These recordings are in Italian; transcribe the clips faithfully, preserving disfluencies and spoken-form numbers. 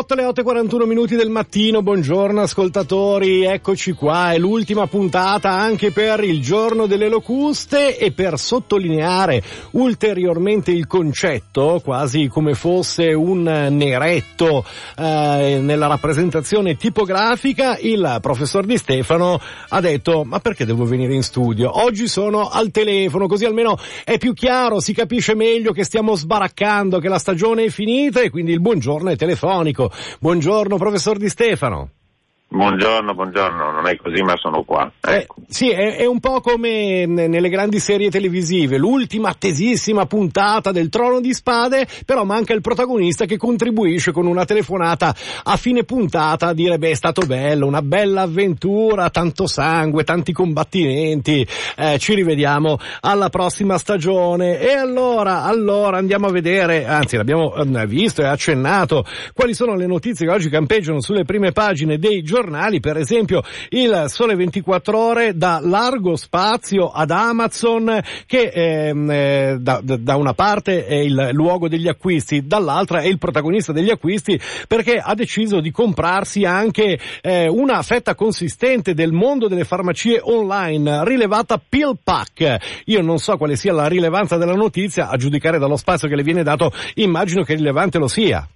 otto, le otto e quarantuno minuti del mattino, buongiorno ascoltatori, eccoci qua, è l'ultima puntata anche per il giorno delle locuste e per sottolineare ulteriormente il concetto, quasi come fosse un neretto eh, nella rappresentazione tipografica, il professor Di Stefano ha detto: ma perché devo venire in studio? Oggi sono al telefono, così almeno è più chiaro, si capisce meglio che stiamo sbaraccando, che la stagione è finita e quindi il buongiorno è telefonico. Buongiorno professor Di Stefano. Buongiorno, buongiorno, non è così ma sono qua. Ecco. Eh, sì, è, è un po' come nelle grandi serie televisive, l'ultima attesissima puntata del Trono di Spade, però manca il protagonista che contribuisce con una telefonata a fine puntata a dire: beh, è stato bello, una bella avventura, tanto sangue, tanti combattimenti, eh, ci rivediamo alla prossima stagione. E allora, allora andiamo a vedere, anzi l'abbiamo eh, visto e accennato, quali sono le notizie che oggi campeggiano sulle prime pagine dei giornali. Per esempio il Sole ventiquattro Ore dà largo spazio ad Amazon che ehm, eh, da, da una parte è il luogo degli acquisti, dall'altra è il protagonista degli acquisti, perché ha deciso di comprarsi anche eh, una fetta consistente del mondo delle farmacie online, rilevata PillPack. Io non so quale sia la rilevanza della notizia, a giudicare dallo spazio che le viene dato immagino che rilevante lo sia.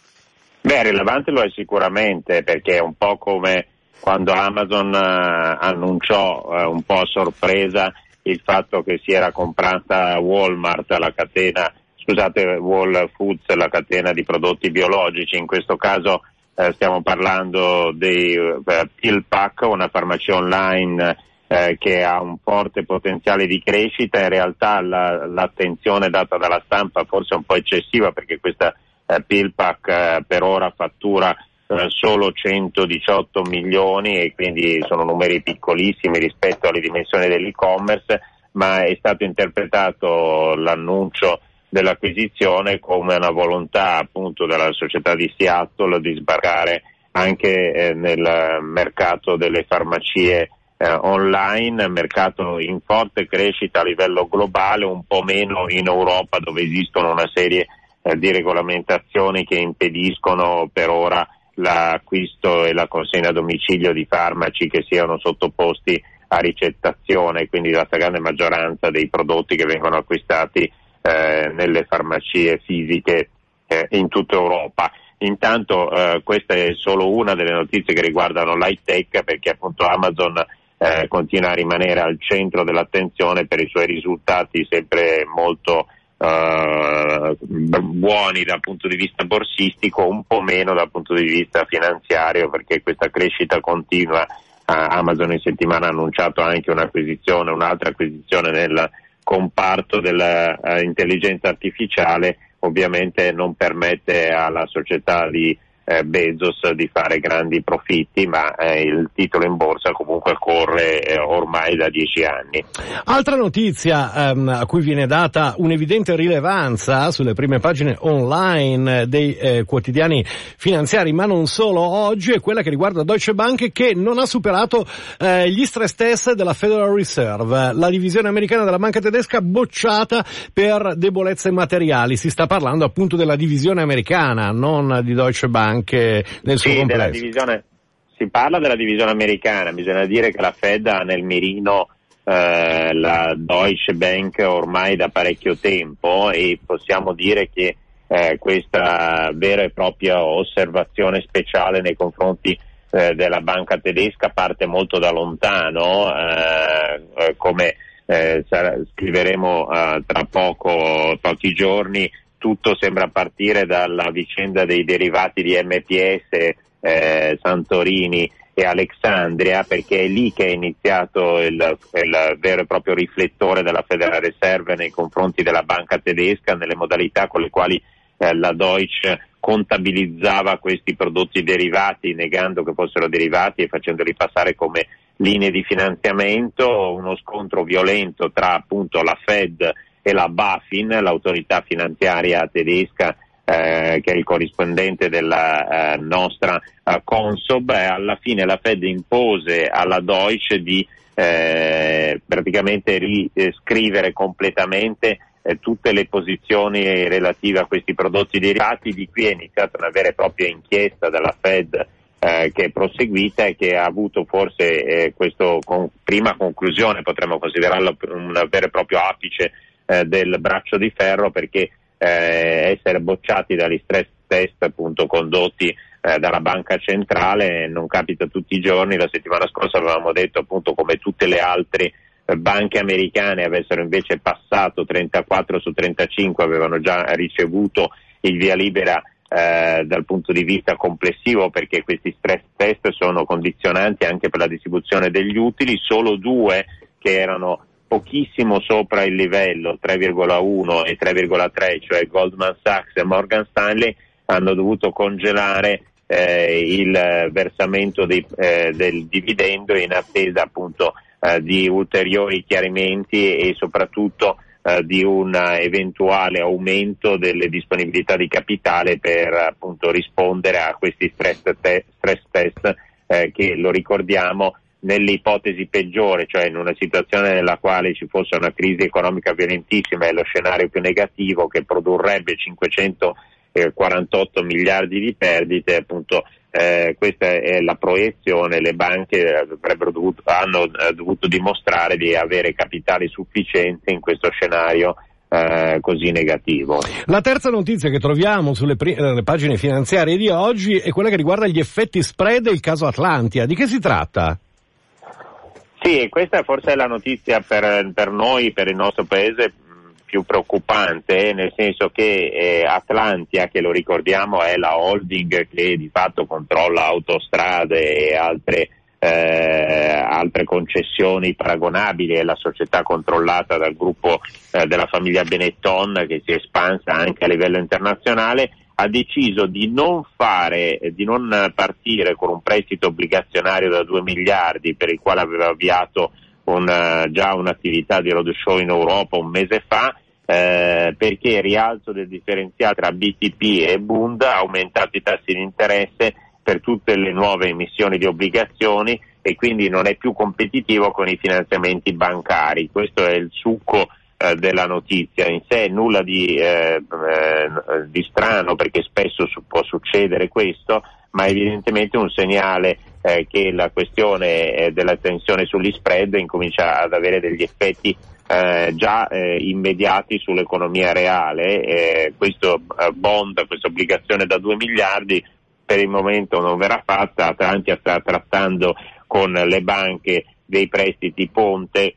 Beh, rilevante lo è sicuramente, perché è un po' come quando Amazon uh, annunciò uh, un po' a sorpresa il fatto che si era comprata Walmart, la catena, scusate, Whole Foods, la catena di prodotti biologici. In questo caso uh, stiamo parlando di uh, PillPack, una farmacia online uh, che ha un forte potenziale di crescita. In realtà la, l'attenzione data dalla stampa forse è un po' eccessiva, perché questa Uh, PillPack uh, per ora fattura uh, solo centodiciotto milioni e quindi sono numeri piccolissimi rispetto alle dimensioni dell'e-commerce, ma è stato interpretato l'annuncio dell'acquisizione come una volontà appunto della società di Seattle di sbarcare anche eh, nel mercato delle farmacie eh, online, mercato in forte crescita a livello globale, un po' meno in Europa, dove esistono una serie di regolamentazioni che impediscono per ora l'acquisto e la consegna a domicilio di farmaci che siano sottoposti a ricettazione, quindi la stragrande maggioranza dei prodotti che vengono acquistati eh, nelle farmacie fisiche eh, in tutta Europa. Intanto eh, questa è solo una delle notizie che riguardano l'high tech, perché appunto Amazon eh, continua a rimanere al centro dell'attenzione per i suoi risultati sempre molto Uh, buoni dal punto di vista borsistico, un po' meno dal punto di vista finanziario, perché questa crescita continua. uh, Amazon in settimana ha annunciato anche un'acquisizione, un'altra acquisizione nel comparto dell'intelligenza uh, artificiale. Ovviamente non permette alla società di eh, Bezos di fare grandi profitti, ma eh, il titolo in borsa comunque corre eh, ormai da dieci anni. Altra notizia ehm, a cui viene data un'evidente rilevanza sulle prime pagine online dei eh, quotidiani finanziari, ma non solo oggi, è quella che riguarda Deutsche Bank, che non ha superato eh, gli stress test della Federal Reserve, la divisione americana della banca tedesca bocciata per debolezze materiali. Si sta parlando appunto della divisione americana, non di Deutsche Bank nel suo sì, complesso. Della divisione, si parla della divisione americana. Bisogna dire che la Fed ha nel mirino eh, la Deutsche Bank ormai da parecchio tempo, e possiamo dire che eh, questa vera e propria osservazione speciale nei confronti eh, della banca tedesca parte molto da lontano, eh, eh, come eh, sarà, scriveremo eh, tra poco, pochi giorni. Tutto sembra partire dalla vicenda dei derivati di M P S, eh, Santorini e Alexandria, perché è lì che è iniziato il, il vero e proprio riflettore della Federal Reserve nei confronti della banca tedesca, nelle modalità con le quali eh, la Deutsche contabilizzava questi prodotti derivati, negando che fossero derivati e facendoli passare come linee di finanziamento. Uno scontro violento tra appunto la Fed e la BaFin, l'autorità finanziaria tedesca, eh, che è il corrispondente della eh, nostra eh, Consob, e alla fine la Fed impose alla Deutsche di eh, praticamente riscrivere completamente eh, tutte le posizioni relative a questi prodotti derivati. Di qui è iniziata una vera e propria inchiesta della Fed eh, che è proseguita e che ha avuto forse eh, questo con, prima conclusione, potremmo considerarlo un vero e proprio apice eh, del braccio di ferro, perché eh, essere bocciati dagli stress test appunto condotti eh, dalla banca centrale non capita tutti i giorni. La settimana scorsa avevamo detto appunto come tutte le altre eh, banche americane avessero invece passato trentaquattro su trentacinque, avevano già ricevuto il via libera eh, dal punto di vista complessivo, perché questi stress test sono condizionanti anche per la distribuzione degli utili. Solo due che erano pochissimo sopra il livello tre virgola uno e tre virgola tre, cioè Goldman Sachs e Morgan Stanley, hanno dovuto congelare eh, il versamento dei, eh, del dividendo in attesa appunto eh, di ulteriori chiarimenti e soprattutto eh, di un eventuale aumento delle disponibilità di capitale per appunto rispondere a questi stress, te- stress test eh, che, lo ricordiamo, nell'ipotesi peggiore, cioè in una situazione nella quale ci fosse una crisi economica violentissima e lo scenario più negativo che produrrebbe cinquecentoquarantotto miliardi di perdite, appunto eh, questa è la proiezione. Le banche avrebbero dovuto, hanno eh, dovuto dimostrare di avere capitali sufficienti in questo scenario Eh, così negativo. La terza notizia che troviamo sulle pri- le pagine finanziarie di oggi è quella che riguarda gli effetti spread e il caso Atlantia. Di che si tratta? Sì, questa forse è la notizia per, per noi, per il nostro paese, più preoccupante, nel senso che eh, Atlantia, che lo ricordiamo è la holding che di fatto controlla autostrade e altre Eh, altre concessioni paragonabili, è la società controllata dal gruppo eh, della famiglia Benetton, che si è espansa anche a livello internazionale, ha deciso di non fare, eh, di non partire con un prestito obbligazionario da due miliardi per il quale aveva avviato un, uh, già un'attività di roadshow in Europa un mese fa, eh, perché il rialzo del differenziale tra B T P e Bund ha aumentato i tassi di interesse per tutte le nuove emissioni di obbligazioni e quindi non è più competitivo con i finanziamenti bancari. Questo è il succo eh, della notizia. In sé nulla di, eh, eh, di strano, perché spesso su- può succedere questo, ma evidentemente un segnale eh, che la questione eh, della tensione sugli spread incomincia ad avere degli effetti eh, già eh, immediati sull'economia reale. Eh, questo eh, bond, questa obbligazione da due miliardi per il momento non verrà fatta. Atlantia sta trattando con le banche dei prestiti ponte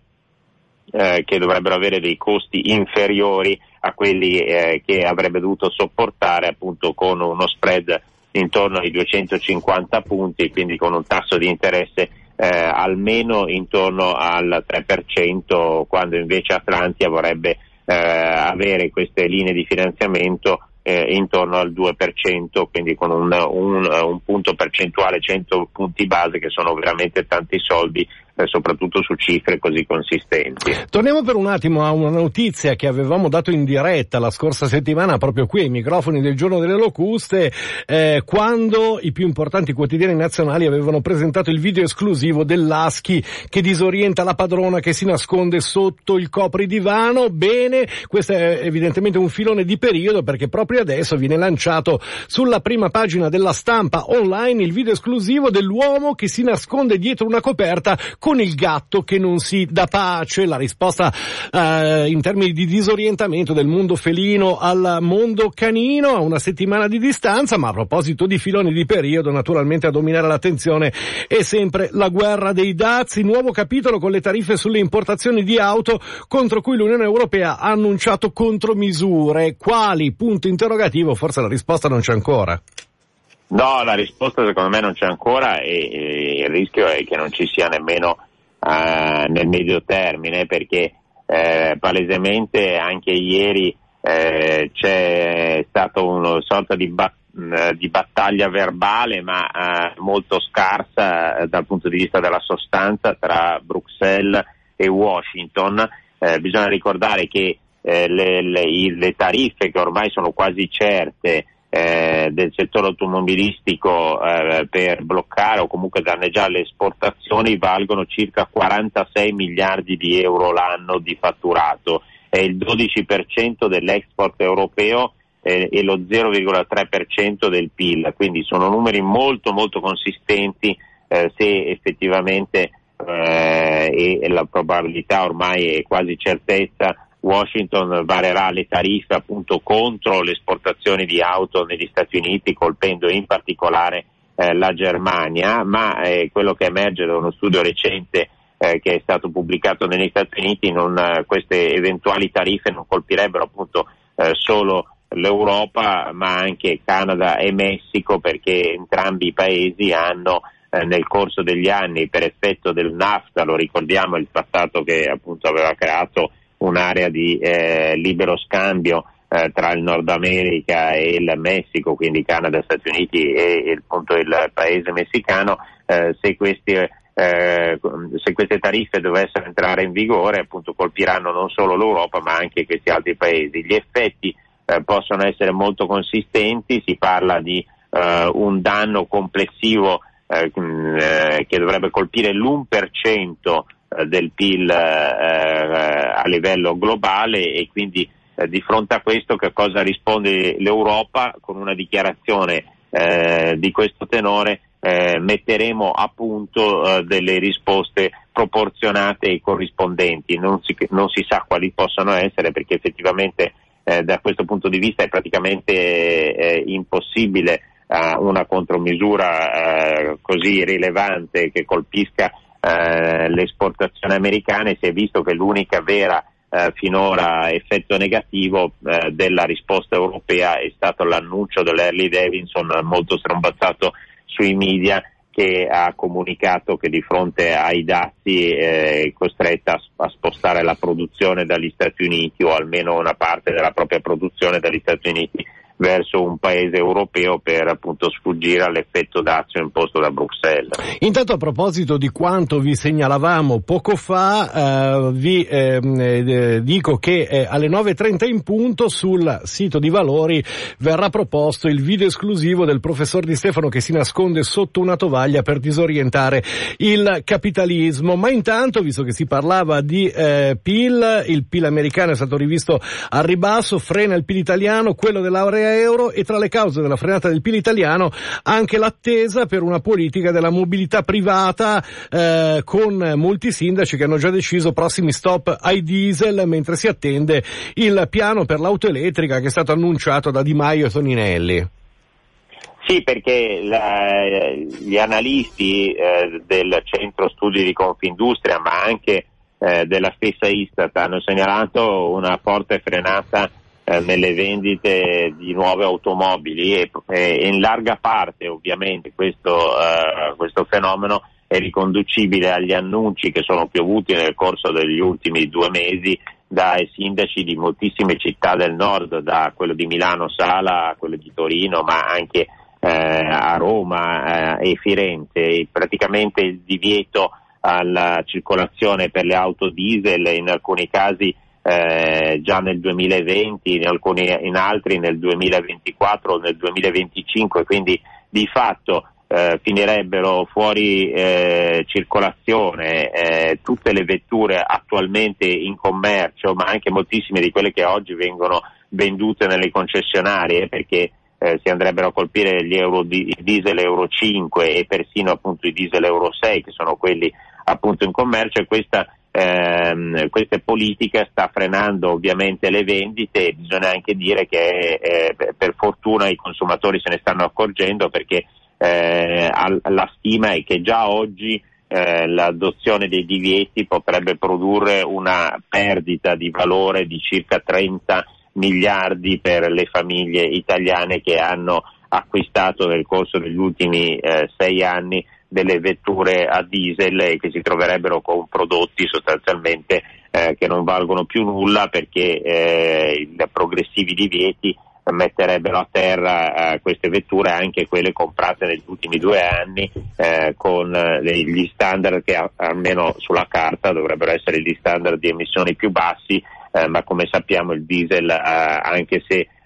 eh, che dovrebbero avere dei costi inferiori a quelli eh, che avrebbe dovuto sopportare, appunto con uno spread intorno ai duecentocinquanta punti, quindi con un tasso di interesse eh, almeno intorno al tre per cento, quando invece Atlantia vorrebbe eh, avere queste linee di finanziamento Eh, intorno al due per cento, quindi con un, un, un punto percentuale, cento punti base, che sono veramente tanti soldi, eh, soprattutto su cifre così consistenti. Torniamo per un attimo a una notizia che avevamo dato in diretta la scorsa settimana proprio qui ai microfoni del Giorno delle Locuste, eh, quando i più importanti quotidiani nazionali avevano presentato il video esclusivo dell'Husky che disorienta la padrona che si nasconde sotto il copridivano. Bene, questo è evidentemente un filone di periodo, perché proprio adesso viene lanciato sulla prima pagina della Stampa online il video esclusivo dell'uomo che si nasconde dietro una coperta con il gatto che non si dà pace. La risposta eh, in termini di disorientamento del mondo felino al mondo canino a una settimana di distanza. Ma a proposito di filoni di periodo, naturalmente a dominare l'attenzione è sempre la guerra dei dazi, nuovo capitolo con le tariffe sulle importazioni di auto contro cui l'Unione Europea ha annunciato contromisure. Quali? Punto interrogativo, forse la risposta non c'è ancora. No, la risposta secondo me non c'è ancora e, e il rischio è che non ci sia nemmeno uh, nel medio termine, perché eh, palesemente anche ieri eh, c'è stato una sorta di, bat- di battaglia verbale, ma uh, molto scarsa uh, dal punto di vista della sostanza, tra Bruxelles e Washington. Eh, bisogna ricordare che eh, le, le, le tariffe che ormai sono quasi certe Eh, del settore automobilistico eh, per bloccare o comunque danneggiare le esportazioni valgono circa quarantasei miliardi di euro l'anno di fatturato, è il dodici per cento dell'export europeo eh, e lo zero virgola tre per cento del P I L, quindi sono numeri molto molto consistenti eh, se effettivamente eh, e la probabilità ormai è quasi certezza, Washington varerà le tariffe appunto contro le esportazioni di auto negli Stati Uniti, colpendo in particolare eh, la Germania, ma eh, quello che emerge da uno studio recente eh, che è stato pubblicato negli Stati Uniti, non, eh, queste eventuali tariffe non colpirebbero appunto eh, solo l'Europa, ma anche Canada e Messico, perché entrambi i paesi hanno eh, nel corso degli anni, per effetto del NAFTA, lo ricordiamo, il trattato che appunto aveva creato un'area di eh, libero scambio eh, tra il Nord America e il Messico, quindi Canada, Stati Uniti e, e appunto il paese messicano, eh, se questi eh, se queste tariffe dovessero entrare in vigore appunto colpiranno non solo l'Europa ma anche questi altri paesi. Gli effetti eh, possono essere molto consistenti, si parla di eh, un danno complessivo eh, eh, che dovrebbe colpire l'uno per cento del P I L eh, a livello globale, e quindi eh, di fronte a questo che cosa risponde l'Europa? Con una dichiarazione eh, di questo tenore eh, metteremo a punto eh, delle risposte proporzionate e corrispondenti. Non si, non si sa quali possano essere, perché effettivamente eh, da questo punto di vista è praticamente eh, impossibile eh, una contromisura eh, così rilevante che colpisca Uh, le esportazioni americane. Si è visto che l'unica vera uh, finora effetto negativo uh, della risposta europea è stato l'annuncio dell'Harley Davidson, molto strombattato sui media, che ha comunicato che di fronte ai dazi è costretta a spostare la produzione dagli Stati Uniti, o almeno una parte della propria produzione dagli Stati Uniti, verso un paese europeo per appunto sfuggire all'effetto dazio imposto da Bruxelles. Intanto, a proposito di quanto vi segnalavamo poco fa, eh, vi eh, eh, dico che eh, alle nove e trenta in punto sul sito di Valori verrà proposto il video esclusivo del professor Di Stefano che si nasconde sotto una tovaglia per disorientare il capitalismo. Ma intanto, visto che si parlava di eh, P I L, il P I L americano è stato rivisto al ribasso, frena il P I L italiano, quello dell'area euro, e tra le cause della frenata del P I L italiano anche l'attesa per una politica della mobilità privata eh, con molti sindaci che hanno già deciso prossimi stop ai diesel, mentre si attende il piano per l'auto elettrica che è stato annunciato da Di Maio e Toninelli. Sì, perché la, gli analisti eh, del centro studi di Confindustria, ma anche eh, della stessa Istat, hanno segnalato una forte frenata Eh, nelle vendite di nuove automobili, e, e in larga parte ovviamente questo, eh, questo fenomeno è riconducibile agli annunci che sono piovuti nel corso degli ultimi due mesi dai sindaci di moltissime città del nord, da quello di Milano Sala a quello di Torino, ma anche eh, a Roma eh, e Firenze. E praticamente il divieto alla circolazione per le auto diesel in alcuni casi Eh, già nel duemilaventi, in alcuni, in altri nel duemilaventiquattro o nel duemilaventicinque, quindi di fatto eh, finirebbero fuori eh, circolazione eh, tutte le vetture attualmente in commercio, ma anche moltissime di quelle che oggi vengono vendute nelle concessionarie, perché eh, si andrebbero a colpire gli euro di, i diesel euro cinque e persino appunto i diesel euro sei, che sono quelli appunto in commercio, e questa Eh, questa politica sta frenando ovviamente le vendite, e bisogna anche dire che eh, per fortuna i consumatori se ne stanno accorgendo, perché eh, la stima è che già oggi eh, l'adozione dei divieti potrebbe produrre una perdita di valore di circa trenta miliardi per le famiglie italiane che hanno acquistato nel corso degli ultimi eh, sei anni delle vetture a diesel, e che si troverebbero con prodotti sostanzialmente eh, che non valgono più nulla, perché eh, i progressivi divieti metterebbero a terra eh, queste vetture, anche quelle comprate negli ultimi due anni eh, con eh, gli standard che a, almeno sulla carta dovrebbero essere gli standard di emissioni più bassi, eh, ma come sappiamo il diesel eh, anche se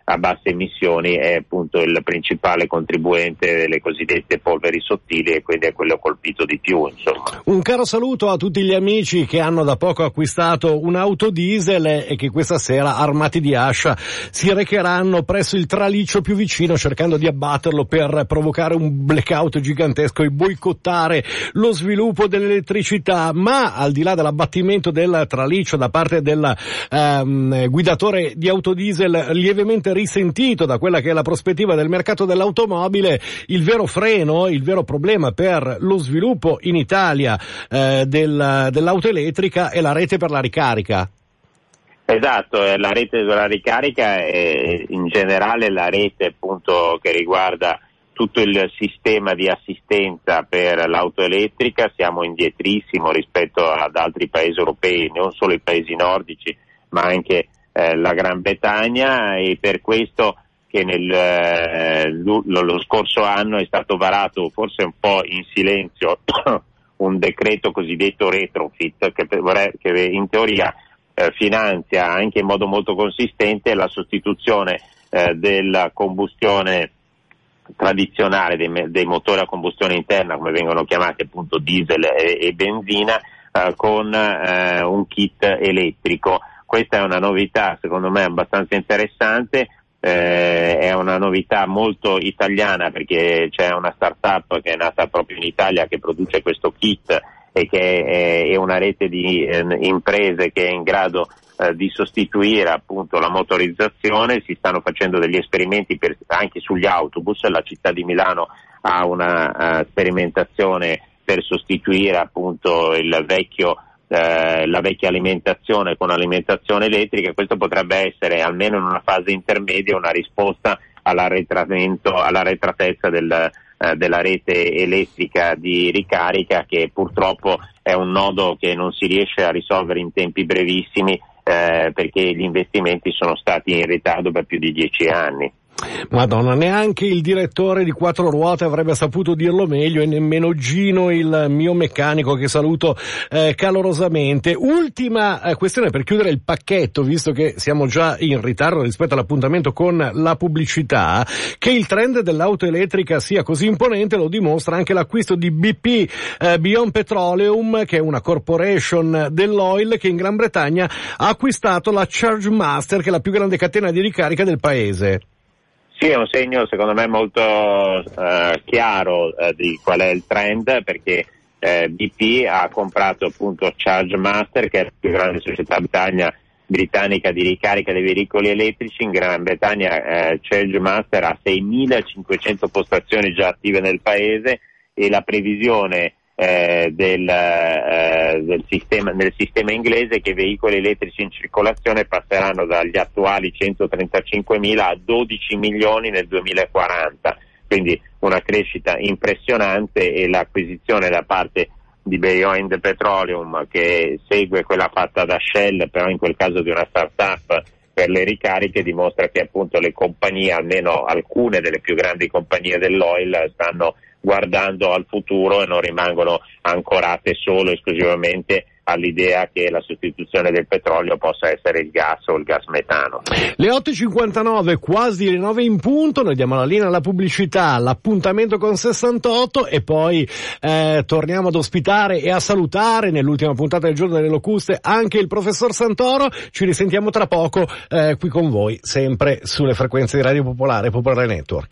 a basse emissioni è appunto il principale contribuente delle cosiddette polveri sottili e quindi è quello colpito di più, insomma. Un caro saluto a tutti gli amici che hanno da poco acquistato un'auto diesel e che questa sera, armati di ascia, si recheranno presso il traliccio più vicino cercando di abbatterlo per provocare un blackout gigantesco e boicottare lo sviluppo dell'elettricità. Ma al di là dell'abbattimento del traliccio da parte del ehm, guidatore di autodiesel lievemente risentito da quella che è la prospettiva del mercato dell'automobile, il vero freno, il vero problema per lo sviluppo in Italia eh, del, dell'auto elettrica è la rete per la ricarica. Esatto, la rete per la ricarica è in generale la rete appunto che riguarda tutto il sistema di assistenza per l'auto elettrica. Siamo indietrissimo rispetto ad altri paesi europei, non solo i paesi nordici ma anche eh, la Gran Bretagna, e per questo che nel, eh, lo, lo scorso anno è stato varato, forse un po' in silenzio, un decreto cosiddetto retrofit che, che in teoria eh, finanzia anche in modo molto consistente la sostituzione eh, della combustione tradizionale dei, dei motori a combustione interna, come vengono chiamati appunto diesel e, e benzina, eh, con eh, un kit elettrico. Questa è una novità secondo me abbastanza interessante, eh, è una novità molto italiana perché c'è una startup che è nata proprio in Italia che produce questo kit e che è, è una rete di eh, imprese che è in grado eh, di sostituire appunto la motorizzazione. Si stanno facendo degli esperimenti per, anche sugli autobus. La città di Milano ha una uh, sperimentazione per sostituire appunto il vecchio Eh, la vecchia alimentazione con alimentazione elettrica. Questo potrebbe essere, almeno in una fase intermedia, una risposta all'arretramento, all'arretratezza del, eh, della rete elettrica di ricarica, che purtroppo è un nodo che non si riesce a risolvere in tempi brevissimi eh, perché gli investimenti sono stati in ritardo per più di dieci anni. Madonna, neanche il direttore di Quattro Ruote avrebbe saputo dirlo meglio, e nemmeno Gino, il mio meccanico, che saluto eh, calorosamente. Ultima eh, questione per chiudere il pacchetto, visto che siamo già in ritardo rispetto all'appuntamento con la pubblicità. Che il trend dell'auto elettrica sia così imponente lo dimostra anche l'acquisto di B P eh, Beyond Petroleum, che è una corporation dell'oil che in Gran Bretagna ha acquistato la Chargemaster, che è la più grande catena di ricarica del paese. Sì, è un segno secondo me molto eh, chiaro eh, di qual è il trend, perché eh, B P ha comprato appunto Chargemaster, che è la più grande società britannica, britannica di ricarica dei veicoli elettrici. In Gran Bretagna eh, Chargemaster ha seimilacinquecento postazioni già attive nel paese, e la previsione eh, del, eh, del sistema, nel sistema inglese è che i veicoli elettrici in circolazione passeranno dagli attuali centotrentacinquemila a dodici milioni nel duemilaquaranta, quindi una crescita impressionante, e l'acquisizione da parte di Beyond Petroleum, che segue quella fatta da Shell, però in quel caso di una startup per le ricariche, dimostra che appunto le compagnie, almeno alcune delle più grandi compagnie dell'oil, stanno guardando al futuro e non rimangono ancorate solo esclusivamente all'idea che la sostituzione del petrolio possa essere il gas o il gas metano. Le otto e cinquantanove, quasi le nove in punto, noi diamo la linea alla pubblicità, l'appuntamento con sessantotto, e poi eh, torniamo ad ospitare e a salutare nell'ultima puntata del Giorno delle Locuste anche il professor Santoro. Ci risentiamo tra poco eh, qui con voi, sempre sulle frequenze di Radio Popolare, Popolare Network.